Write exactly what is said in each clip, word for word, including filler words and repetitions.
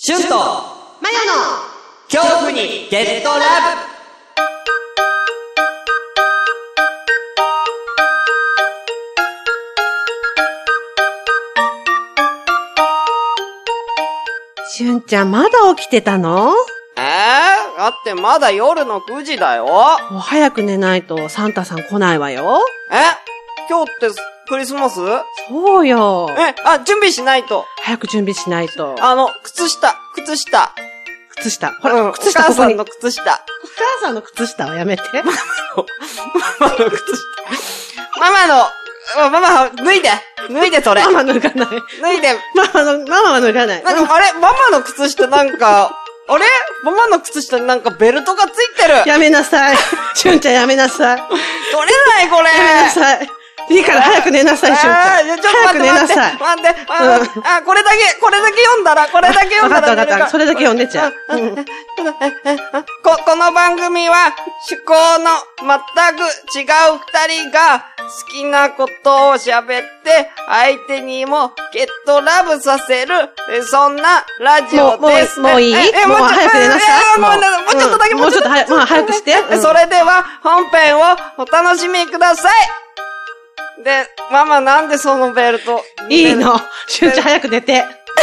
シュンとマヨの恐怖にゲットラブ。 しゅんちゃんまだ起きてたの？ えー、だってまだ夜のくじだよ。 もう早く寝ないとサンタさん来ないわよ。 え？今日ってクリスマス？ そうよ。 え、あ、準備しないと。 早く準備しないと。 あの、靴下、靴下。 靴下。ほら、 うん、 靴下ここに。 お母さんの靴下。 お母さんの靴下はやめて。 ママの靴下。ママの、ママ、脱いで脱いでそれ。 ママ脱がない。 脱いで。 ママの、ママは脱がない。 なんか、あれママの靴下なんか、あれママの靴下になんかベルトがついてる。 やめなさい。しゅんちゃんやめなさい。 取れないこれ。 やめなさい。いいから早く寝なさい、しゅんちゃん。 ちょっと待って待って。待って。待って。あ、うん、あ、これだけ、これだけ読んだら、これだけ読んだら。 わかったわかった。それだけ読んでちゃう。うん、 こ、この番組は、趣向の全く違う二人が好きなことを喋って、相手にもゲットラブさせる、そんなラジオです。 もう、もういい？ え、 もう早く寝なさい。 もう、もうちょっとだけ、 もうちょっと早く、まあ早くして。 それでは、本編をお楽しみください。で、ママなんでそのベルト？ いいの。しゅんちゃん早く寝て。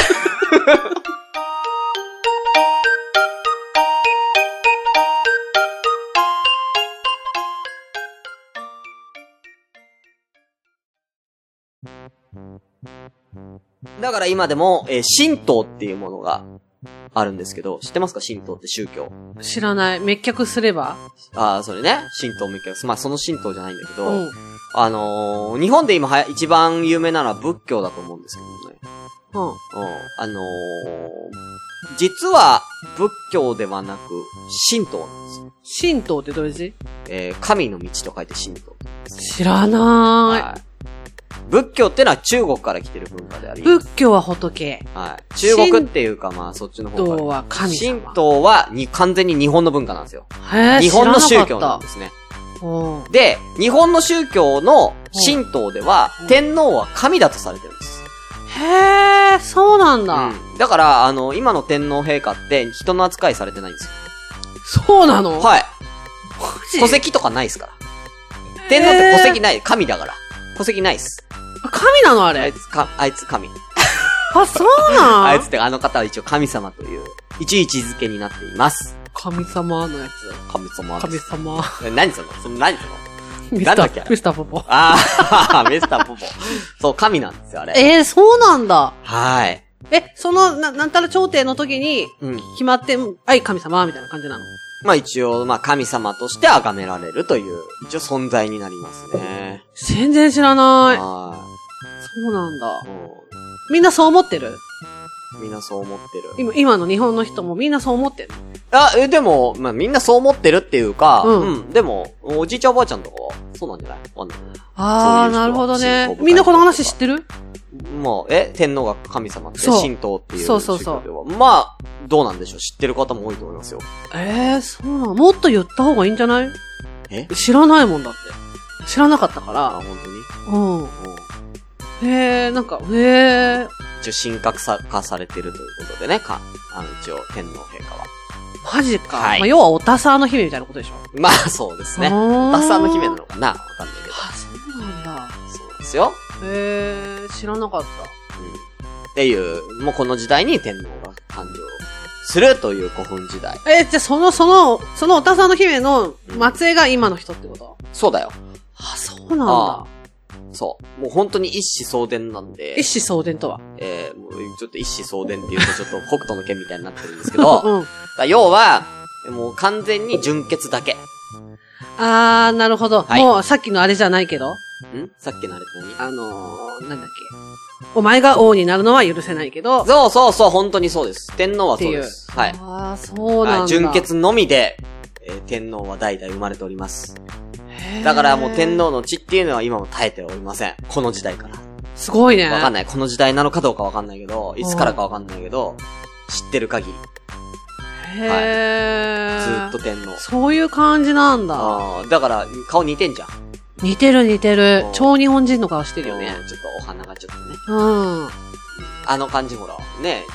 だから今でも、えー、神道っていうものがあるんですけど、知ってますか？神道って宗教。 知らない。滅却すれば？ ああ、それね。神道滅却。まあその神道じゃないんだけど、 うん、 あのー、日本で今はや一番有名なのは仏教だと思うんですけどね。 うん。 うん。あのー、実は仏教ではなく神道なんですよ。 神道ってどういう字？ えー、神の道と書いて神道。 知らない。はい。 仏教ってのは中国から来てる文化であり。 仏教は仏。 はい。中国っていうかまあそっちの方から。 神道は神様。 神道はに完全に日本の文化なんですよ。 へー、 日本の宗教なんですね。で、日本の宗教の神道では、天皇は神だとされてるんです。 へー、そうなんだ。 うん。だから、あの、今の天皇陛下って人の扱いされてないんですよ。 そうなの？ はい。戸籍とかないっすから。天皇って戸籍ない。神だから。戸籍ないっす。 神なのあれ？ あいつ、か、あいつ神。 あ、そうなんあいつってあの方は一応神様という、一位置づけになっています。 神様のやつ。 神様。 神様。 何そのその何そのミスター、ミスターポポ。 ああ、ミスターポポ。そう、神なんですよ、あれ。 えー、そうなんだ。 はい。 え、その、な、なんたら朝廷の時に、決まって、うん、はい、神様、みたいな感じなの？ まあ一応、まあ神様として崇められるという、一応存在になりますね。 全然知らない。 はい。 そうなんだ。うん、みんなそう思ってる？ みんなそう思ってる。 今、今の日本の人もみんなそう思ってる？ あ、え、でも、まあ、みんなそう思ってるっていうか、うん、うん、でも、おじいちゃんおばあちゃんとかは、そうなんじゃない？あの、 あー、なるほどね。みんなこの話知ってる？ まあ、え、天皇が神様って神道っていう。 そうそうそう。 まあ、どうなんでしょう。知ってる方も多いと思いますよ。 えー、そうなの？もっと言った方がいいんじゃない？ え？ 知らないもんだって。知らなかったから。 あ、本当に？うん。うんへえ、なんか、へえ。 一応神格化されてるということでね、か、あの、一応天皇陛下は。 マジか。はい。まあ、要はおたさの姫みたいなことでしょ？ まあ、そうですね。おたさの姫なのかな？わかんないけど。 あ、そうなんだ。 そうですよ。 へえ、知らなかった。うん。 っていう、もうこの時代に天皇が誕生するという古墳時代。 え、じゃあその、その、そのおたさの姫の末裔が今の人ってこと？ うん、そうだよ。 あ、そうなんだ。ああそう。もう本当に一子相伝なんで。 一子相伝とはえー、もうちょっと一子相伝って言うとちょっと北斗の剣みたいになってるんですけど、 うん、 だ要は、もう完全に純血だけ。 あー、なるほど。はい、もうさっきのあれじゃないけど。んさっきのあれって何？あのー、なんだっけ。お前が王になるのは許せないけど。 そうそうそう、本当にそうです。天皇はそうです。はい。 あー、そうなんだ。 純血のみで、えー、天皇は代々生まれております。だからもう天皇の血っていうのは今も絶えておりません。この時代から。 すごいね。 わかんない。この時代なのかどうかわかんないけど、いつからかわかんないけど、知ってる限り。 へー。 はい。ずっと天皇。 そういう感じなんだ。 ああ、だから顔似てんじゃん。 似てる似てる。超日本人の顔してるよね。 ちょっとお花がちょっとね。 うん。 あの感じほら、ね。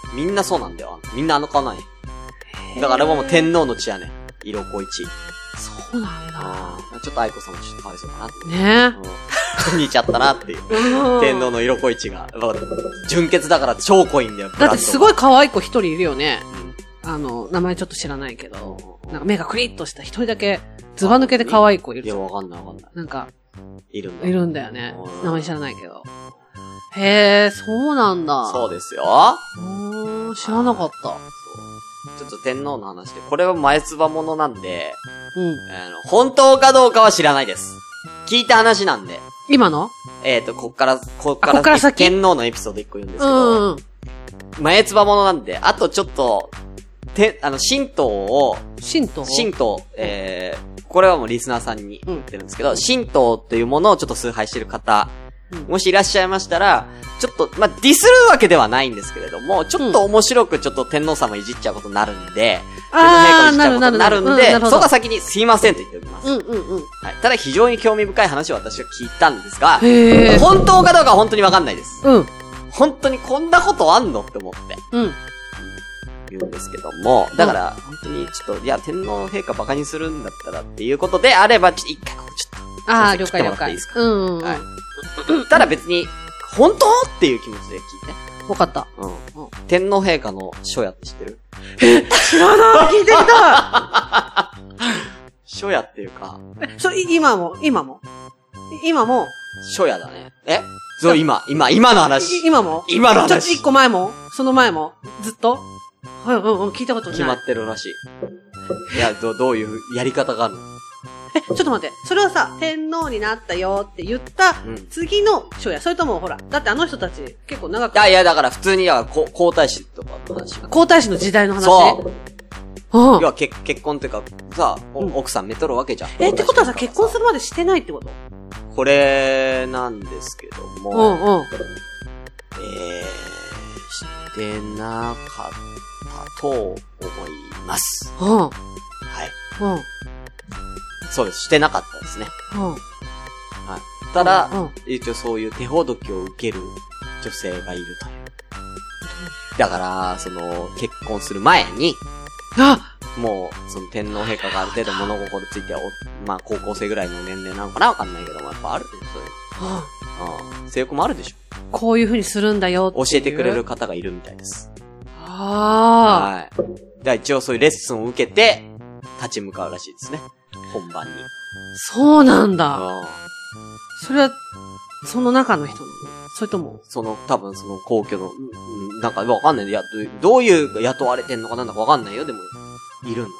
みんなそうなんだよ。みんなあの顔なんや。だからもう天皇の血やね。色恋血。 そうなんだ。 ちょっと愛子さんもちょっとかわいそうかなって。 ねえ。うん、似ちゃったなっていう。天皇の色恋血が。純血だから超濃いんだよ。 だってすごい可愛い子一人いるよね。うん、あの、名前ちょっと知らないけど。なんか目がクリッとした一人だけ、ズバ抜けで可愛い子いる。 いや、わかんないわかんない。 なんか、 いるんだ。 いるんだよね。名前知らないけど。へえ、そうなんだ。 そうですよ。 うーん、知らなかった。 ちょっと天皇の話で、これは前唾物なんで、 うん。 あの、本当かどうかは知らないです。聞いた話なんで。 今のえっと、こっから、こっから、 こっから先天皇のエピソードいっこ言うんですけど、 うんうん、 前唾物なんで、あとちょっと、て、あの、神道を、 神道神道、えー、これはもうリスナーさんに言ってるんですけど、うん、神道というものをちょっと崇拝してる方、うん、もしいらっしゃいましたら、ちょっと、まあ、ディスるわけではないんですけれども、ちょっと面白くちょっと天皇様いじっちゃうことになるんで、天皇陛下をいじっちゃうことになるんで、そこは先にすいませんと言っておきます。 うんうんうん。 はい。ただ非常に興味深い話を私は聞いたんですが、 へー、 本当かどうかは本当にわかんないです。 うん。 本当にこんなことあんのって思って。 うん。 言うんですけども、だから、本当にちょっと、いや、天皇陛下バカにするんだったらっていうことであれば、ちょっと一回こう、ちょっと。 ああ、了解了解。 いいですか？ うんうんうん。 はい。ただ別に、本当っていう気持ちで聞いて。 わかった。 うん。天皇陛下の書やって知ってる？ え、知らない聞いてみたい書やっていうか。 え、それ、今も今も今も書やだね。えそう、今、今、今の話。 今も今の話。 ちょっと一個前もその前もずっとはい、うんうん、聞いたことない。 決まってるらしい。いや、ど、どういうやり方があるの？ え、ちょっと待って。それはさ、天皇になったよって言った次の書や、それともほら、だってあの人たち結構長く。 いやいや、だから普通に、だから皇太子とかの話。 皇太子の時代の話。 そう。 うん。 要は結、結婚っていうか、さ、うん、奥さんめとるわけじゃん。 え、ってことはさ、結婚するまでしてないってこと？ これ、なんですけども。 うんうん。 えー、してなかったと思います。 うん。 はい。 うん。 そうです。してなかったですね。 うん。はい。 ただ、 うんうん、 一応そういう手ほどきを受ける女性がいるという。だから、その、結婚する前に、 あもう、その天皇陛下がある程度物心ついて、おまあ、高校生ぐらいの年齢なのかなわかんないけども、やっぱあるでしょ、そういうの。 はああ、性欲もあるでしょ。 こういう風にするんだよっていう。 教えてくれる方がいるみたいです。 ああ。 はい。じゃあ一応そういうレッスンを受けて、立ち向かうらしいですね。本番に。 そうなんだ。 ああ。 それは、その中の人なの？それともその、多分その皇居の、うん、なんかわかんない。や、どういう雇われてんのかなんだかわかんないよ。でも、いるんだって。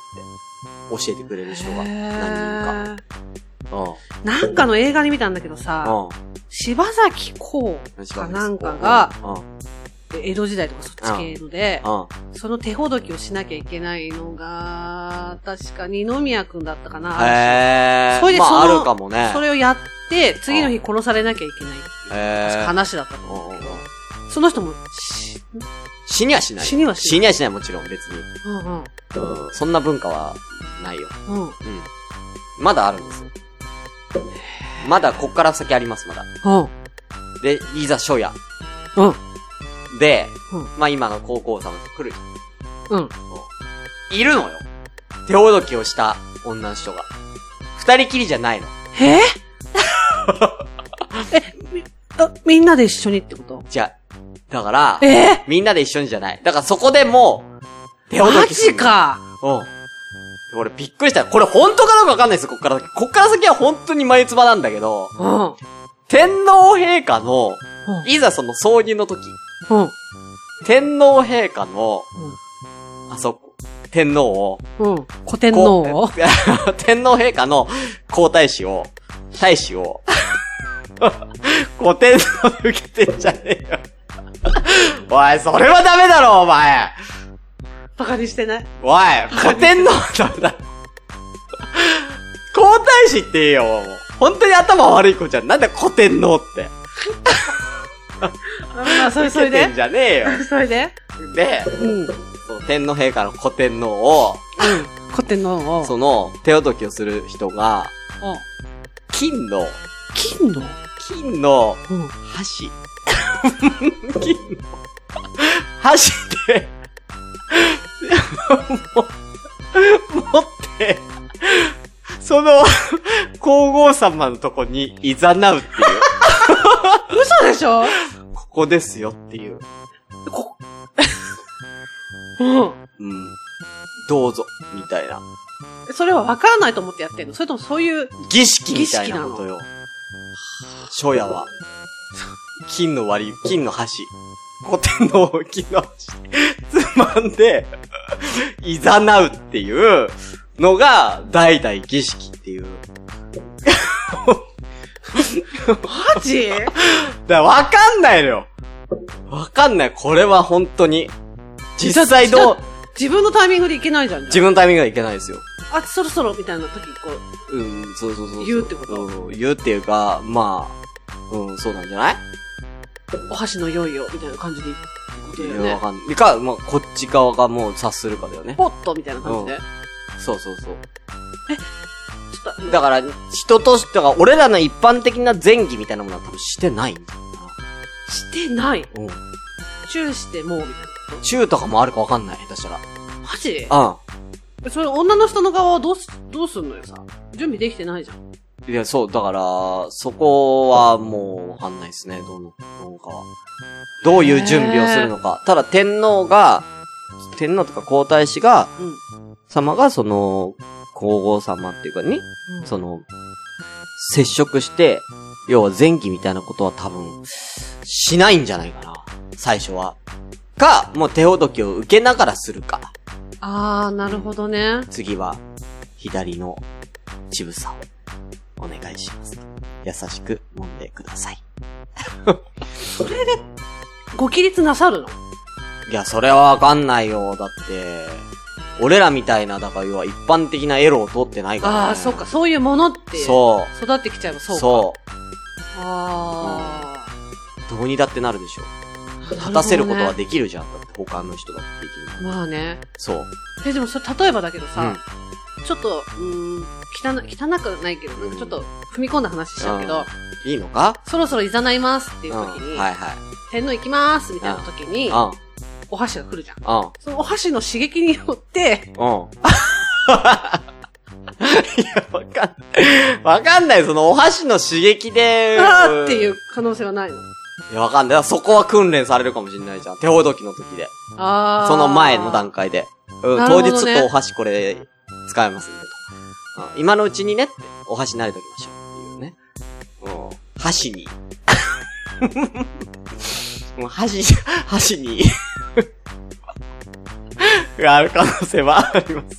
教えてくれる人が何人か。うん。 なんかの映画に見たんだけどさ、うん、柴咲コウかなんかが、うん、江戸時代とかそっち系ので、うん、その手ほどきをしなきゃいけないのが、確か二宮くんだったかな。 へー。それでその、まあ、あるかもね。 それをやって、次の日殺されなきゃいけないっていう、確か話だったと思うけど、その人も、 死にはしない。 死にはしない。 死にはしない、もちろん、別に。 うんうん。 うん、そんな文化はないよ。 うん。うん。 まだあるんですよ。まだ、こっから先あります、まだ。 うん。 で、いざ初夜。 うん。 で、 うん、 まあ、今の高校生と来る。 うん。 いるのよ。手ほどきをした女の人が。二人きりじゃないの。 ええ、み、あ、みんなで一緒にってこと？ じゃあ、だから、 えみんなで一緒にじゃない。だからそこでもう、手ほどきする。 マジか。 うん。俺びっくりした。これ本当かどうかわかんないですよ、こっから先。こっから先は本当に眉唾なんだけど、 うん。 天皇陛下の、 うん、 いざその葬儀の時、 うん。 天皇陛下の、 うん、 あそこ、天皇を、 うん。古天皇を天皇陛下の皇太子を、太子を、古天皇で受けてんじゃねえよ。おい、それはダメだろ、お前。 バカにしてない？ おい、古天皇ダメだ。皇太子って言えよ、もう。本当に頭悪い子じゃん。なんだ古天皇って。 ああ、それそれで。 受けてんじゃねえよ。 それでで、 うん。 その天皇陛下の古天皇を、 うん。古天皇を。 その、手ほどきをする人が、 うん。 金の、 金の金の、 うん。 箸。金の、 箸で、持って、その、皇后様のとこに誘うっていう。 嘘でしょ？ ここですよっていう。 こ、うん。 うん。どうぞ、みたいな。 それは分からないと思ってやってんの？それともそういう儀式みたいなことよ。初夜は、金の割り、金の箸。古典の金の箸。つまんで、誘うっていうのが、代々儀式っていう。 マジ？ だから分かんないのよ。分かんない。これは本当に。実際どう、 自分のタイミングでいけないじゃん。 自分のタイミングでいけないですよ。 あ、そろそろみたいな時こう。うん、そうそうそうそう。 言うってこと？ うん、言うっていうか、まあ、うん、そうなんじゃない？ お箸の用意を、みたいな感じで言うことだよね。 いや、わかんない。か、まあ、こっち側がもう察するかだよね。 ポッとみたいな感じで。うん、 そうそうそう。 え、ちょっと、 だから、人として、だから俺らの一般的な前儀みたいなものは多分してないんだよな。してない？うん。チューしてもう、みたいな。 チューとかもあるかわかんない、下手したら。 マジ？ うん。 それ女の人の側はどうす、どうすんのよさ。準備できてないじゃん。 いや、そう、だから、そこはもうわかんないですね、どの、どのかは。どういう準備をするのか。ただ天皇が、天皇とか皇太子が、うん、様がその、皇后様っていうかね、うん、その、接触して、要は前期みたいなことは多分、しないんじゃないかな、最初は。か、もう手ほどきを受けながらするか。 あー、なるほどね。 次は、左の乳房を。お願いします。優しく揉んでください。 それで、ご起立なさるの？ いや、それはわかんないよ。だって、俺らみたいな、だから要は一般的なエロを通ってないから、ね。 ああ、そっか、そういうものって。 そう。 育ってきちゃえばそうか。 そう。 ああ、 うん。どうにだってなるでしょ。立たせることはできるじゃん。だって他の人だってできる。 まあね。 そう。 え、でもそれ例えばだけどさ、うん、ちょっと、うーん、汚、汚くないけど、なんかちょっと踏み込んだ話しちゃうけど、 うん、いいのか？ そろそろ誘いますっていう時に、うん、はいはい。天皇行きますみたいな時に、うん、お箸が来るじゃん。うん、そのお箸の刺激によって、うん。いや、わかんない。わかんない。そのお箸の刺激で、 あーっていう可能性はないの？ いや、わかんない。そこは訓練されるかもしれないじゃん。手ほどきの時で。あー。その前の段階で。うん、当日ちょっとお箸これ使えますんでと。うん、今のうちにねって、お箸慣れときましょうっていうね。うん、箸に。もう箸、箸に。がある可能性はあります。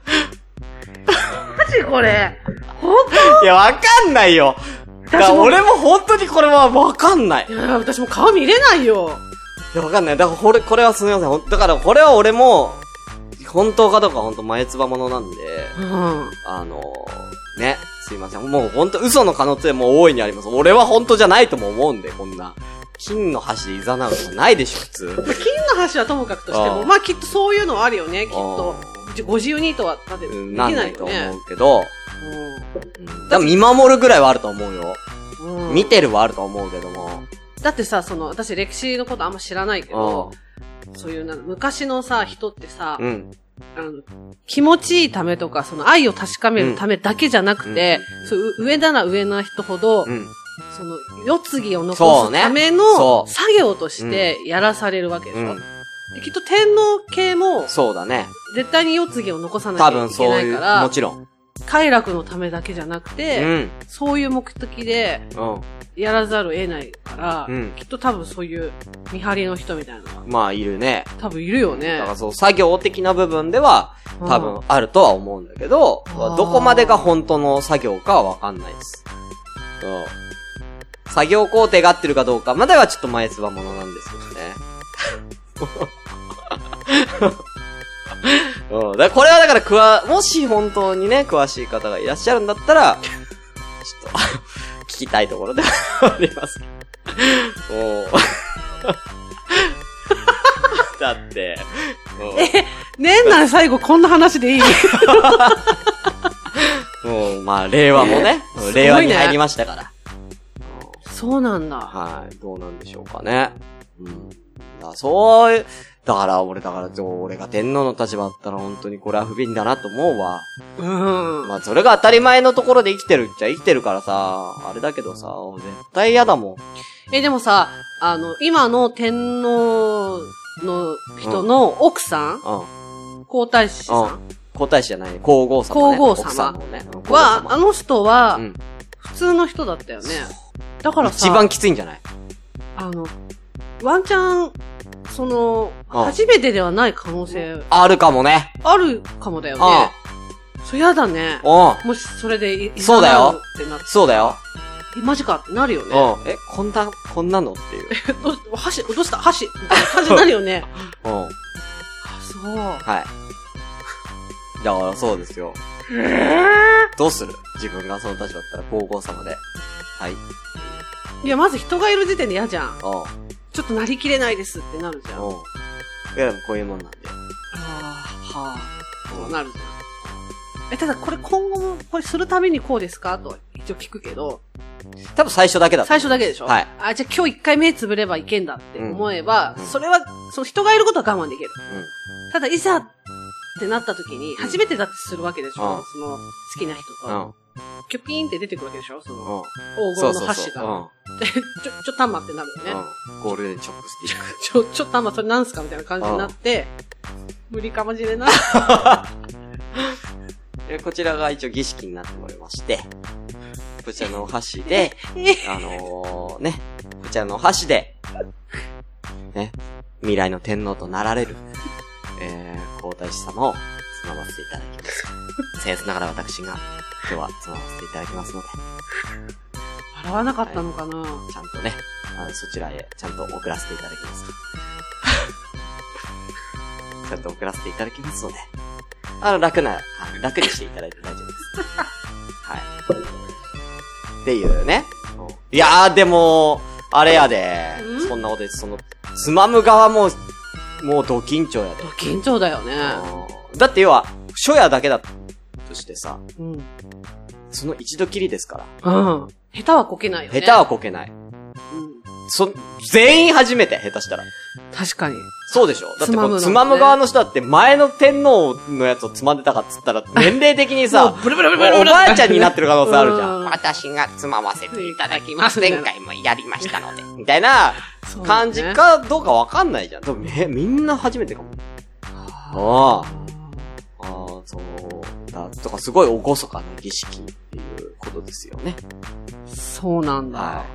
マジこれ本当？ いや、わかんないよ。だから俺も本当にこれはわかんない。 いや、私も顔見れないよ。 いや、わかんない。だからこれ、これはすみません。だからこれは俺も、本当かどうか本当前つばものなんで、うん、あのー、ね、すいません。もう本当嘘の可能性も大いにあります。俺は本当じゃないとも思うんで、こんな。金の箸で誘うのはないでしょ、普通。 金の箸はともかくとしても、まあきっとそういうのはあるよね、きっと。ご自由にとは、だってできないよね。なんないと思うけど、 うん。うん、だ見守るぐらいはあると思うよ。うん、見てるはあると思うけども。 だってさ、その、私歴史のことあんま知らないけど、そういうな、昔のさ、人ってさ、うん、あの、気持ちいいためとか、その愛を確かめるためだけじゃなくて、うん、そう上なら上な人ほど、うん、その、世継ぎを残すための作業としてやらされるわけでしょ。うんうん、できっと天皇系も、 そうだね。 絶対に世継ぎを残さなきゃいけないから、多分そういう、 もちろん。 快楽のためだけじゃなくて、うん、そういう目的で、やらざるを得ないから、うん、きっと多分そういう見張りの人みたいなのが。 まあ、いるね。 多分いるよね。 だからそう、作業的な部分では、多分あるとは思うんだけど、どこまでが本当の作業かはわかんないです。作業工程が合ってるかどうかまではちょっと前つばものなんですけどね。うん、だこれはだからくわ、もし本当にね、詳しい方がいらっしゃるんだったら、ちょっと、聞きたいところではあります。おだって、 え、年内最後こんな話でいい？ もう、まあ、令和もね、令和に入りましたから。 そうなんだ。 はい、どうなんでしょうかね。うん。 だそういう、だから俺、だから、俺が天皇の立場だったら本当にこれは不憫だなと思うわ。 うん。 まあそれが当たり前のところで生きてるっちゃ生きてるからさ、あれだけどさ、絶対嫌だもん。 え、でもさ、あの、今の天皇の人の奥さん、うん、皇太子さん、うん、 皇太子じゃない、皇后様、ね。 皇后様、ね、は、あの人は、うん、普通の人だったよね。だからさ、 一番きついんじゃない？ あの、ワンチャン、その、初めてではない可能性。 あるかもね。 あるかもだよね。そりゃだね。もしそれでい、 そうだよ。ってなって。そうだよ。 え、マジかってなるよね。 え、こんな、こんなのっていう。 え、どう、箸、どうした箸みたいな感じになるよね。うん。あ、そう。 はい。だからそうですよ。 えー、 どうする？自分がその立場だったら皇后様で。はい。 いや、まず人がいる時点で嫌じゃん。ちょっとなりきれないですってなるじゃん。うん。いや、でもこういうもんなんで。 ああ、はあ。そうなるじゃん。え、ただこれ今後も、これするためにこうですかと一応聞くけど。 多分最初だけだ。 最初だけでしょ？ はい。 あ、じゃあ今日一回目つぶればいけんだって思えば、うん、それは、その人がいることは我慢できる。うん。ただいざってなった時に、初めてだってするわけでしょ？うん、その、好きな人と。うん。キュピーンって出てくるわけでしょ？その、黄金の箸が。うん。で、ちょ、ちょ、たんまってなるよね。 うん。ゴールデンチョップスティック。 ちょ、ちょ、たんまそれなんすかみたいな感じになって、無理かもしれない。 こちらが一応儀式になっておりまして、こちらのお箸で、あのー、ね、こちらのお箸で、ね、未来の天皇となられる、えー、皇太子様をつまませていただきます。僭越ながら私が今日はつまませていただきますので。 笑わなかったのかな、はい、 ちゃんとね、あのそちらへちゃんと送らせていただきます。ちゃんと送らせていただきますので。あの、楽な、楽にしていただいて大丈夫です。はい。っていうね。いやー、でも、あれやで、そんなことで、その、つまむ側も、もうド緊張やで。 ド緊張だよね。 だって要は、初夜だけだとしてさ、うん、その一度きりですから。 うん。下手はこけないよね。 下手はこけない。うん。そ、全員初めて、下手したら。 確かに。 そうでしょ？だってこのつまむ側の人だって前の天皇のやつをつまんでたかっつったら年齢的にさ、ブルブルブルブルおばあちゃんになってる可能性あるじゃん。私がつまませていただきます。前回もやりましたので。みたいな感じかどうかわかんないじゃん。でもめ、みんな初めてかも。ああ。ああ、そうだ。とかすごい厳かな儀式っていうことですよね。 そうなんだ。 はい。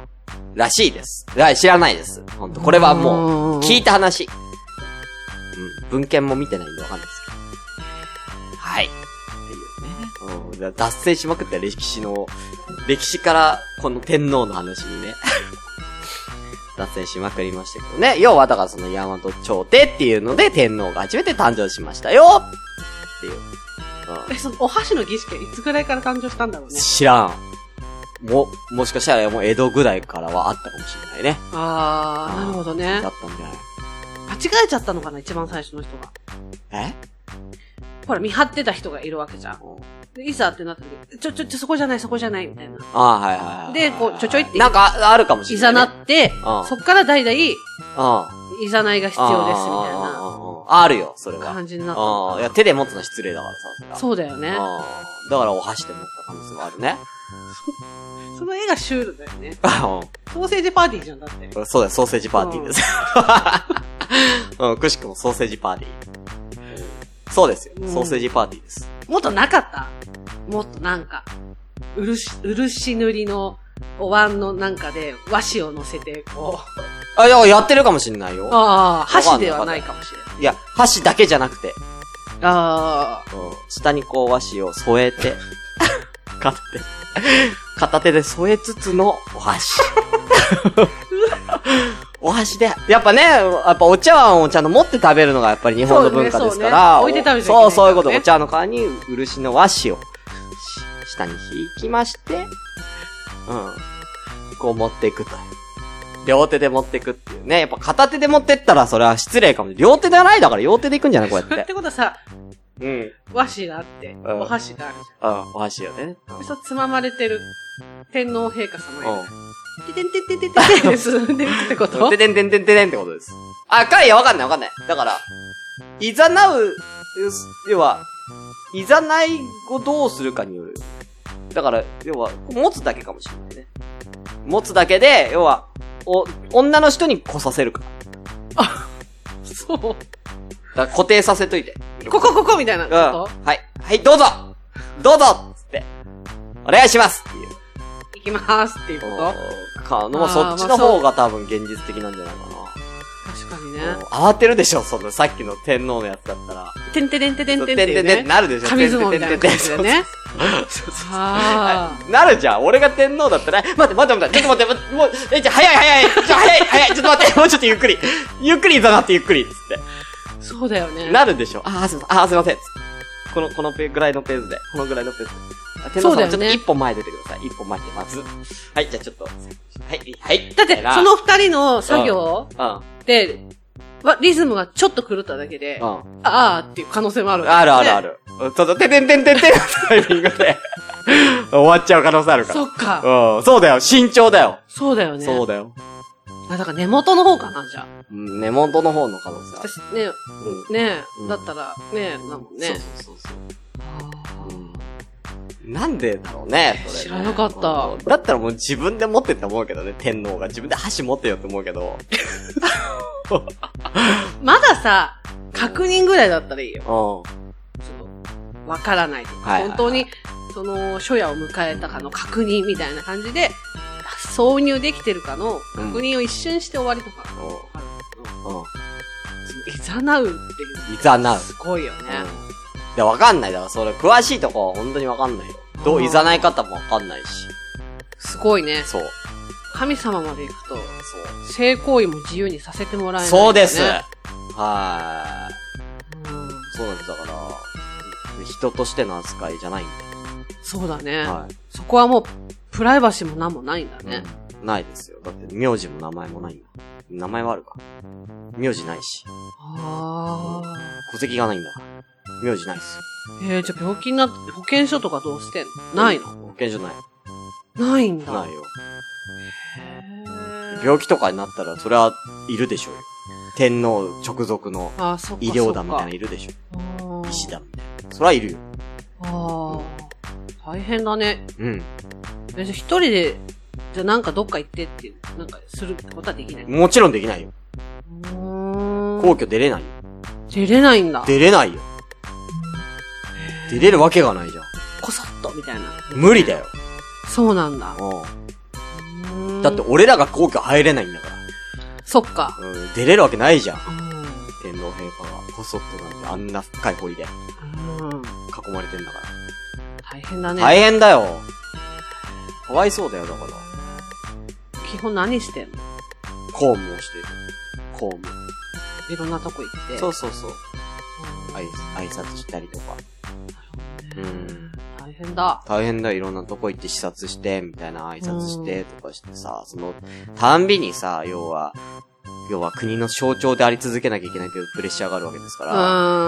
らしいです。はい、知らないです。本当これはもう、聞いた話。うん。文献も見てないんでわかんないですけど。はい。っていうね。うん。脱線しまくった歴史の、歴史からこの天皇の話にね。脱線しまくりましたけどね。要はだからその大和朝廷っていうので天皇が初めて誕生しましたよっていう。 うん、え、そのお箸の儀式いつぐらいから誕生したんだろうね。 知らん。も、もしかしたらもう江戸ぐらいからはあったかもしれないね。 あー、なるほどね。 だったんじゃない？ 間違えちゃったのかな、一番最初の人が。 え？ ほら、見張ってた人がいるわけじゃん。でいざってなった時、ちょ、ちょ、ちょ、そこじゃない、そこじゃない、みたいな。 あー、はいはいはい。 で、こう、ちょちょいって。 なんか、あるかもしれない、ね。 いざなって、そっから代々、いざないが必要です、みたいな。 あるよ、それは。 感じになった。 ああ、いや、手で持つの失礼だからさ。 そうだよね。 だからお箸で持った可能性もあるね。 その絵がシュールだよね。ソーセージパーティーじゃん、だって。 そうだよ、ソーセージパーティーです。うん、くしくもソーセージパーティー。そうですよ、ソーセージパーティーです。 もっとなかった？もっとなんか、漆、漆塗りのお椀のなんかで和紙を乗せて、こう。あ、いや、やってるかもしんないよ。 ああ、箸ではないかもしれない。 いや、箸だけじゃなくて。 ああ。 下にこう和紙を添えて、片手、片手で添えつつのお箸。お箸で、やっぱね、やっぱお茶碗をちゃんと持って食べるのがやっぱり日本の文化ですから。 そうね、そうね、置いて食べちゃいけない、ね。 そう、そういうこと。お茶の代わりに漆の和紙を下に引きまして、うん。こう持っていくと。両手で持っていくっていうね。やっぱ片手で持ってったらそれは失礼かも。両手ではないだから両手で行くんじゃないこうやって。 ってことはさ、 うん。 和紙があって、うん、お箸があるじゃん。うん、お箸よね。 で、そう、つままれてる天皇陛下様に。ててんてんてんてんてんてんですってことててんてんてんてんってことです。あ、かいや、わかんないわかんない。だから、いざなう、要は、いざないをどうするかによる。だから、要は、持つだけかもしれないね。持つだけで、要は、お、女の人に来させるか。 あ、そう。だから固定させといて。 ここここみたいな。うん。 はい。はい、どうぞどうぞつって。お願いしますっていう。 行きますっていうことか、もうそっちの方が多分現実的なんじゃないかな。 確かにね。 慌てるでしょ、そのさっきの天皇のやつだったら。 てんてれんてれんてんてんてんてんなるでしょ。 紙相撲みたいな感じでね。 そうそう。なるじゃん。俺が天皇だったら、待って待って待って、ちょっと待って、もう、え、じゃ早い早い、ちょ、早い早い、ちょっと待って、もうちょっとゆっくり。ゆっくりだなってゆっくり、つって。 そうだよね。 なるでしょ。あー、すいません、あー、すいません。この、このペぐらいのペースで、このぐらいのペースで。天皇様、ちょっと一歩前出てください。一歩前で、まず。はい、じゃあちょっと、はい、はい。 だって、その二人の作業で、リズムがちょっと狂っただけで、うん、あーっていう可能性もある、ね。 あるあるある。ちょっと、ててんてんてんてんのタイミングで、終わっちゃう可能性あるから。 そっか。 うん。そうだよ。慎重だよ。 そうだよね。 そうだよ。 あ、だから根元の方かな、じゃあ。 うん、根元の方の可能性ある。 私、ね、うん、ねえ、だったら、ねえ、なもんね。 そうそうそうそう。うん、なんでだろうね、それ、ね。 知らなかった。 だったらもう自分で持ってって思うけどね、天皇が。自分で箸持ってよって思うけど。 まださ、確認ぐらいだったらいいよ。うん。その、わからないとか、はいはいはい。本当に、その、初夜を迎えたかの確認みたいな感じで、挿入できてるかの確認を一瞬して終わりとかあるけど、うん、いざなうっていう。 いざなう。 すごいよね。 うん、で、わかんない。だからそれ、詳しいとこは本当にわかんないよ。どう、いざない方もわかんないし。 すごいね。 そう。 神様まで行くと、そう。性行為も自由にさせてもらえない、ね。 そうです。はい。うん。そうなんです。だから、人としての扱いじゃないんで。 そうだね。はい。そこはもう、プライバシーも何もないんだね、 うん。ないですよ。だって、名字も名前もないんだ。名前はあるか。名字ないし。ああ。戸籍がないんだから。名字ないっすよ。えー、じゃあ病気になって、保険証とかどうしてんの？ないの？ 保険証ない。 ないんだ。 ないよ。へー。病気とかになったら、それは、いるでしょうよ。天皇直属の医療団みたいなのいるでしょ。医師団みたいな。それはいるよ。 ああ、うん。大変だね。 うん。 え、じゃあ一人で、じゃあなんかどっか行ってっていう、なんかすることはできない？ もちろんできないよ。うーん。皇居出れないよ。 出れないんだ。 出れないよ。出れるわけがないじゃん。 こそっとみたいな。 無理だよ。 そうなんだ。 うん。だって俺らが皇居入れないんだから。 そっか。 うん。出れるわけないじゃん。うん、天皇陛下がこそっとなんてあんな深い堀で。うん。囲まれてんだから。 大変だね。 大変だよ。かわいそうだよ、だから。 基本何してんの？ 公務をしてる。公務。 いろんなとこ行って。 そうそうそう。挨拶したりとか。 なるほどね。うん。大変だ。 大変だよ。いろんなとこ行って視察して、みたいな挨拶してとかしてさ、その、たんびにさ、要は、要は国の象徴であり続けなきゃいけないというプレッシャーがあるわけですから。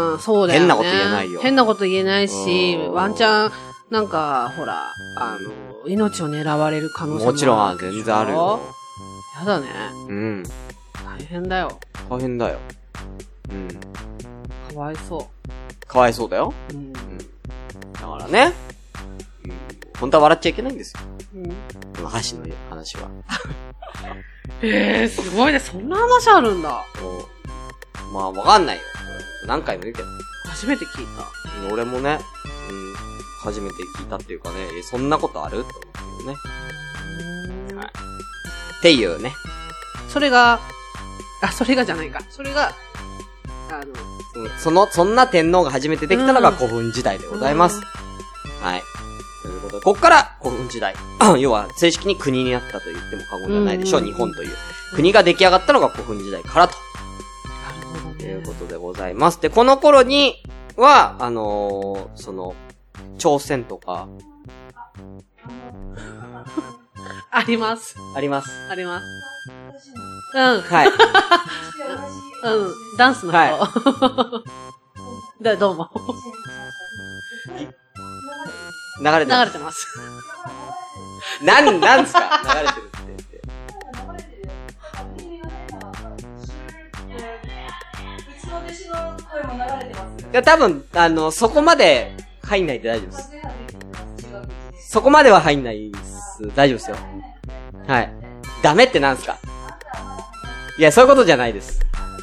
うん、そうだよね。 変なこと言えないよ。 変なこと言えないし、ワンチャン、なんか、ほら、あの、命を狙われる可能性もある。 もちろん、全然あるよ。 やだね。 うん。 大変だよ。 大変だよ。うん。 かわいそう。 かわいそうだよ。うん。うん、だからね、うん。本当は笑っちゃいけないんですよ。うん。この箸の話は。 えー、すごいね。そんな話あるんだ。 まあ、わかんないよ。何回も言うけど。 初めて聞いた。俺もね、うん、初めて聞いたっていうかね、そんなことあるって思うけどね。うーん。はい。っていうね。 それが、あ、それがじゃないか。それが、あの、 その、そんな天皇が初めてできたのが古墳時代でございます。はい。ということで、こっから古墳時代。要は、正式に国になったと言っても過言ではないでしょう、日本という。国が出来上がったのが古墳時代からと。なるほどね。ということでございます。で、この頃には、あのー、その、朝鮮とか、 あります。 あります。 あります。うん。 はい。 うん。ダンスの人。はい。だ、どうも。 流れてます。 流れてます。 なん、なんすか流れてるって言って。うちの弟子の声も流れてます。いや、多分、あの、そこまで入んないで大丈夫です。そこまでは入んないです。大丈夫ですよ。はい。ダメってなんすか？いや、そういうことじゃないです。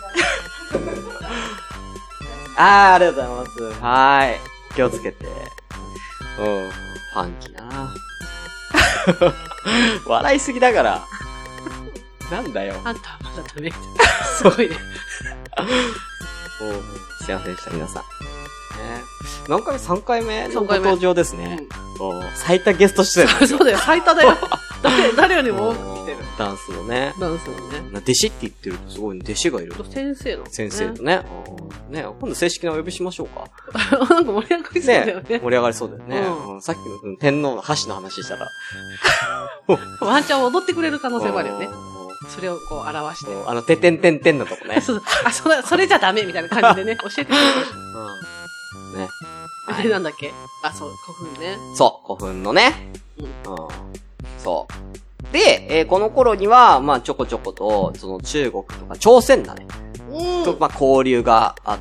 あー、ありがとうございます。はーい。気をつけて。うん。ファンキーだな。笑いすぎだから。なんだよ。 あんたはまだダメ。すごいね。 おすいませんでした、皆さん。ね、何回目 ?さん 回目のご登場ですね。うん、最多ゲスト出演。 そうだよ、最多だよ。誰、誰よりも多く来てる。 ダンスのね。 ダンスのね。 弟子って言ってるとすごい、弟子がいる。 先生の、 ね。先生とね。ね、今度正式なお呼びしましょうか。 なんか盛り上がりそうだよね。 ね盛り上がりそうだよね。うん、さっきの天皇の箸の話したら。 ワンチャン踊ってくれる可能性もあるよね。それをこう表して。 あの、ててんてんてんのとこね。 そうあ、それ、それじゃダメみたいな感じでね、教えてくれる。 うん。ね。 あれなんだっけあ、そう、古墳ね。 そう、古墳のね。うん。うん。そう。で、えー、この頃には、まあ、ちょこちょこと、その中国とか朝鮮だね。うん。と、まあ、交流があって、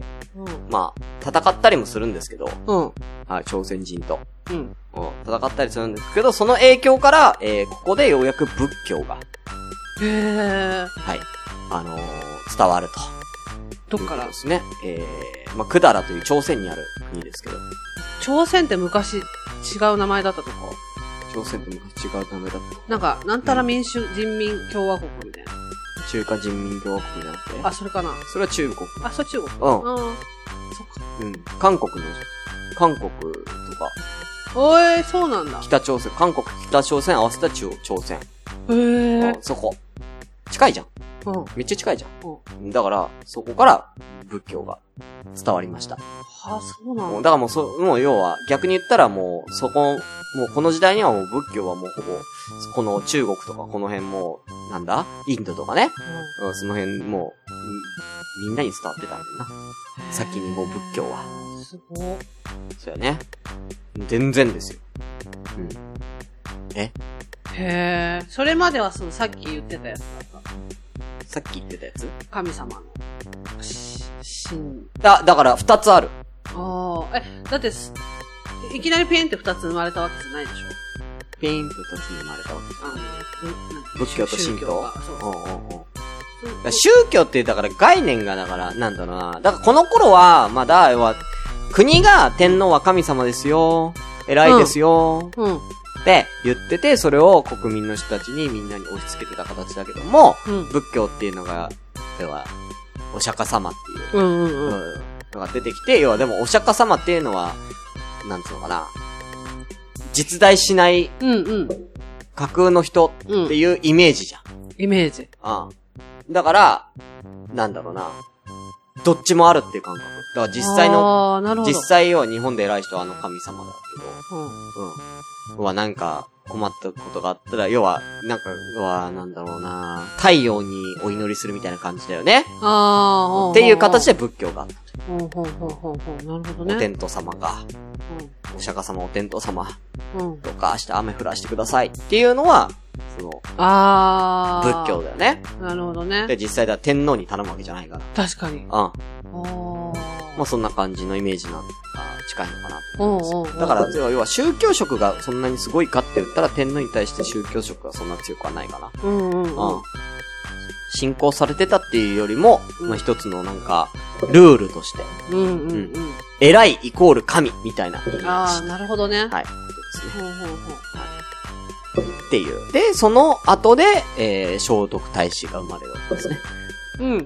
うん。まあ、戦ったりもするんですけど。うん。はい、朝鮮人と。うん。うん。戦ったりするんですけど、その影響から、えー、ここでようやく仏教が。 へー。 はい。あのー、伝わると。どっからですね。えー、まあ、百済という朝鮮にある国ですけど。 朝鮮って昔違う名前だったとか朝鮮って昔違う名前だったとかなんか、なんたら民主、うん、人民共和国みたいな。 中華人民共和国じゃなくてあ、それかなそれは中国。 あ、それ中国。 うん。ああ。そっか。うん。韓国の、韓国とか。 おーい、そうなんだ。 北朝鮮、韓国、北朝鮮合わせた中朝鮮。 へー。 そこ。近いじゃん。うん。めっちゃ近いじゃん。うん。だから、そこから仏教が伝わりました。 はあ、そうなんだ。 だからもうそ、もう要は、逆に言ったらもう、そこ、もうこの時代にはもう仏教はもうほぼ、この中国とかこの辺も、なんだインドとかね。うん。うん、その辺もう、みんなに伝わってたんだよな。先にもう仏教は。 すごい。 そうやね。全然ですよ。うん。えへー。それまではそのさっき言ってたやつだった。 さっき言ってたやつ神様の。し、しん。 だ、だから二つある。 ああ。え、だって、いきなりペンって二つ生まれたわけじゃないでしょペンって二つ生まれたわけじゃない。あの、仏教と神道そう。うんうんうん。宗教ってだから概念がだから、なんだろうな。だからこの頃は、まだ、要は、国が天皇は神様ですよ。偉いですよ。うん。うんって言ってて、それを国民の人たちにみんなに押し付けてた形だけども、うん、仏教っていうのが、要は、お釈迦様っていう、うんうんうん、のが出てきて、要はでもお釈迦様っていうのは、なんつうのかな、実在しない、うんうん、架空の人っていうイメージじゃん。 うん、イメージ。 ああ。だから、なんだろうな、どっちもあるっていう感覚。だから実際の、実際要は日本で偉い人はあの神様だけど、うん。うん。はなんか困ったことがあったら、要は、なんか、はなんだろうな太陽にお祈りするみたいな感じだよね。ああ。っていう形で仏教があった。 ほうほうほうほうほう。なるほどね。 お天道様が、うん、お釈迦様お天道様、うん、とか、明日雨降らしてくださいっていうのは、その、ああ。仏教だよね。 なるほどね。 で、実際では天皇に頼むわけじゃないから。 確かに。うん。ああ。 まあそんな感じのイメージな、近いのかなと思います。だから、要は宗教色がそんなにすごいかって言ったら、天皇に対して宗教色がそんな強くはないかな。うんうんうん。うん。信仰されてたっていうよりも、うん、まあ一つのなんか、ルールとして。うんうんうん。うん、偉いイコール神みたいなイメージ。 ああ、なるほどね。 はい。そうですね。ほうほうほう。はい。っていう。で、その後で、えー、聖徳太子が生まれるわけですね。うん。うん。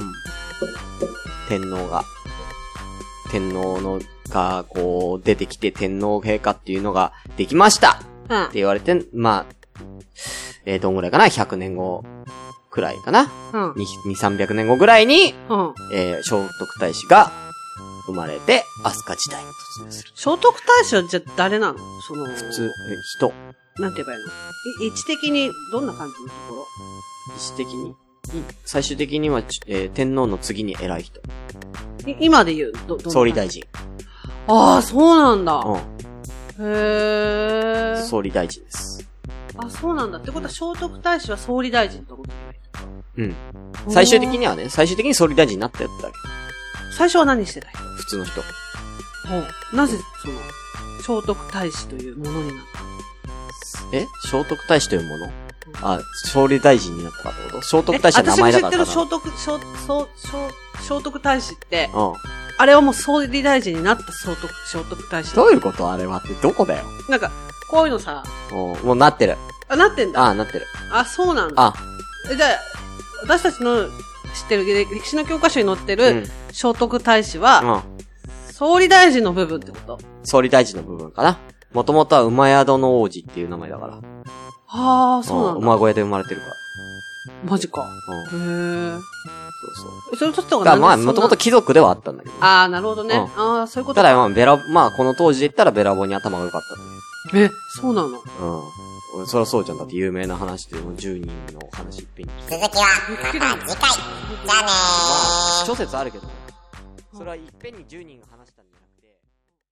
天皇が。天皇のが、こう、出てきて天皇陛下っていうのができましたうん。って言われて、まあ、えー、どんぐらいかな ?ひゃく 年後くらいかなうん。にひゃく、さんびゃくねんごぐらいに、うん。えー、聖徳太子が生まれて、飛鳥時代に突入する。 聖徳太子はじゃあ誰なのその、 普通、え、人。 なんて言えばいいの位置的にどんな感じのところ位置的にうん。最終的には、えー、天皇の次に偉い人。 今で言う、ど、ど総理大臣。 ああ、そうなんだ。うん。 へー。 総理大臣です。 あ、そうなんだ。ってことは聖徳太子は総理大臣と思ってない。うん。最終的にはね、最終的に総理大臣になったよってだけ。 最初は何してた人？ 普通の人。 なぜ、その、聖徳太子というものになったの？ え聖徳太子というもの、うん、あ、総理大臣になったかってこと？聖徳太子は名前だからかな。 私が知ってる聖徳、聖、聖、聖徳太子って、 うん。 あれはもう総理大臣になった聖徳、聖徳太子。 どういうことあれはってどこだよ。 なんか、こういうのさ。 おもうなってる。 あ、なってんだ。 あ、なってる。 あ、そうなんだ。 あ。 え、じゃあ、私たちの知ってる歴史の教科書に載ってる聖徳太子は、うん、総理大臣の部分ってこと？ 総理大臣の部分かな。もともとは馬宿の王子っていう名前だから。 はあ、そうなんだ。 馬小屋で生まれてるから。 マジか。 うん。 へえ。 そうそう。 それとった方がまあ、もともと貴族ではあったんだけど、ね。 ああ、なるほどね。うん、ああ、そういうことただ、まあ、べら、まあ、この当時で言ったらべらぼうに頭が良かった。 え、そうなの？ うん。そりゃそうじゃん。だって有名な話でもじゅうにんの話一品に。 続きは、また次回。じゃあねー。まあ、諸説あるけど、それはいっぺんにじゅうにんが話したんじゃなくて、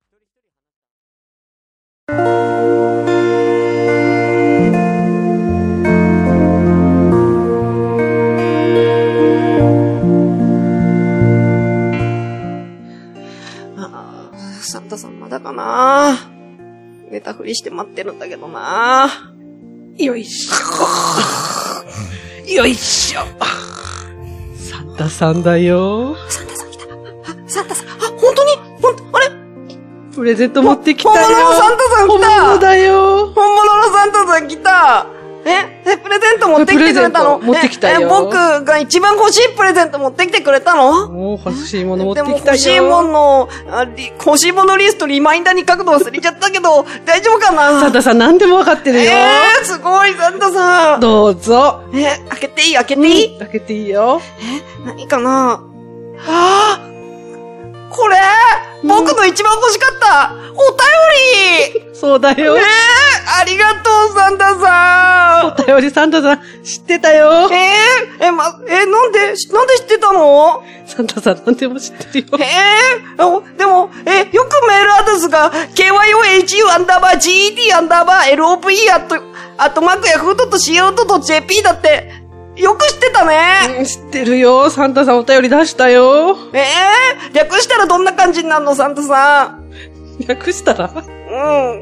ああ、サンタさんまだかな。寝たふりして待ってるんだけどな。 よいしょ。よいしょ。サンタさんだよ。 サンタさん来た。サンタさん、あ、本当にほんと、あれプレゼント持ってきたよ。 本物のサンタさん来た。 本物だよ。 本物のサンタさん来た。ええ、プレゼント持ってきてくれたの？ 持ってきたよ。 え、僕が一番欲しいプレゼント持ってきてくれたの？ もう欲しいもの持ってきたよ。 でも欲しいものの、あり、欲しいものリストリマインダーに書くの忘れちゃったけど、大丈夫かな？ サンタさん何でも分かってるよ。 えー、すごい、サンタさん。 どうぞ。 え、開けていい？開けていい？ うん、開けていいよ。 え、何かな？ああ！これ、僕の一番欲しかったお便り。 そうだよ。 えー、ありがとう、サンタさん。お便りサンタさん、知ってたよ。 えー、え、ま、え、なんで、なんで知ってたの？ サンタさん何でも知ってるよ。 えー、でも、え、よくメールアドレスが、ケーワイオーエイチユー アンダーバー ジーイーティー アンダーバー エルオーピー アット、アットマークヤフードットシーオードットジェーピー だって、よく知ってたね、 うん。知ってるよ。サンタさんお便り出したよ。 えー、略したらどんな感じになるの、サンタさん。 略したら？ うん。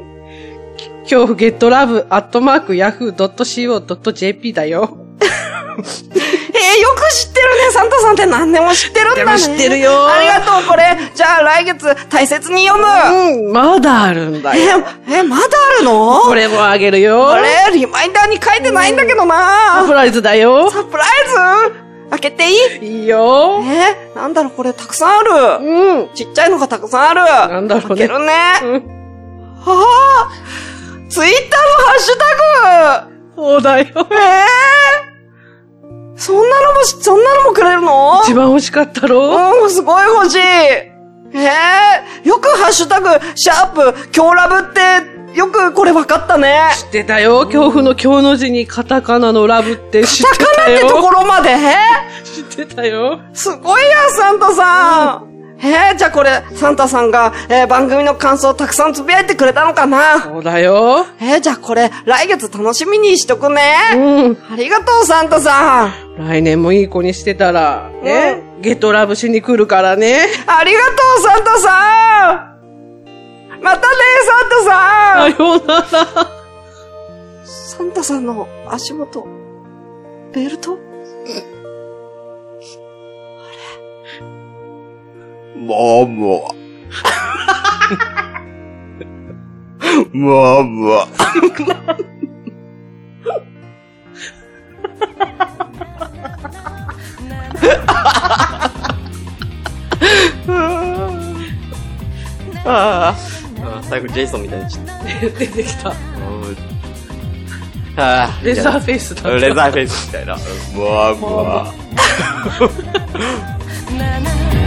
恐怖ゲットラブアットマークヤフードットシーオードットジェーピー だよ。 えー、よく知ってるね。サンタさんって何でも知ってるんだね。 でも知ってるよ。 ありがとう、これ。じゃあ来月大切に読む。 うん、まだあるんだよ。 え、え、まだあるの？ これもあげるよ。 あれリマインダーに書いてないんだけどな。 サプライズだよ。 サプライズ？開けていい？ いいよ。 え、なんだろう、これたくさんある。 うん。 ちっちゃいのがたくさんある。 なんだろうね。 開けるね。 うん。 はぁ、ツイッターのハッシュタグ。 そうだよ。 えー、そんなのも、そんなのもくれるの？ 一番欲しかったろ？ うん、すごい欲しい。えー、よくハッシュタグ、シャープ、今日ラブって、よくこれ分かったね。 知ってたよ。恐怖の今日の字にカタカナのラブって知ってたよ。 カタカナってところまで？ 知ってたよ。 すごいや、サンタさん。うんえー、じゃあこれ、サンタさんが、えー、番組の感想をたくさんつぶやいてくれたのかな？ そうだよ。 えー、じゃあこれ、来月楽しみにしとくね。 うん。 ありがとう、サンタさん。 来年もいい子にしてたら、ね、うん、ゲットラブしに来るからね。 ありがとう、サンタさん。またね、サンタさん。 さようなら。 サンタさんの足元、ベルト？ もうもう。もうもう。ああ、最後ジェイソンみたいに出てきた。 ああ、 レザーフェイスだった。 レザーフェイスみたいな。もうもう。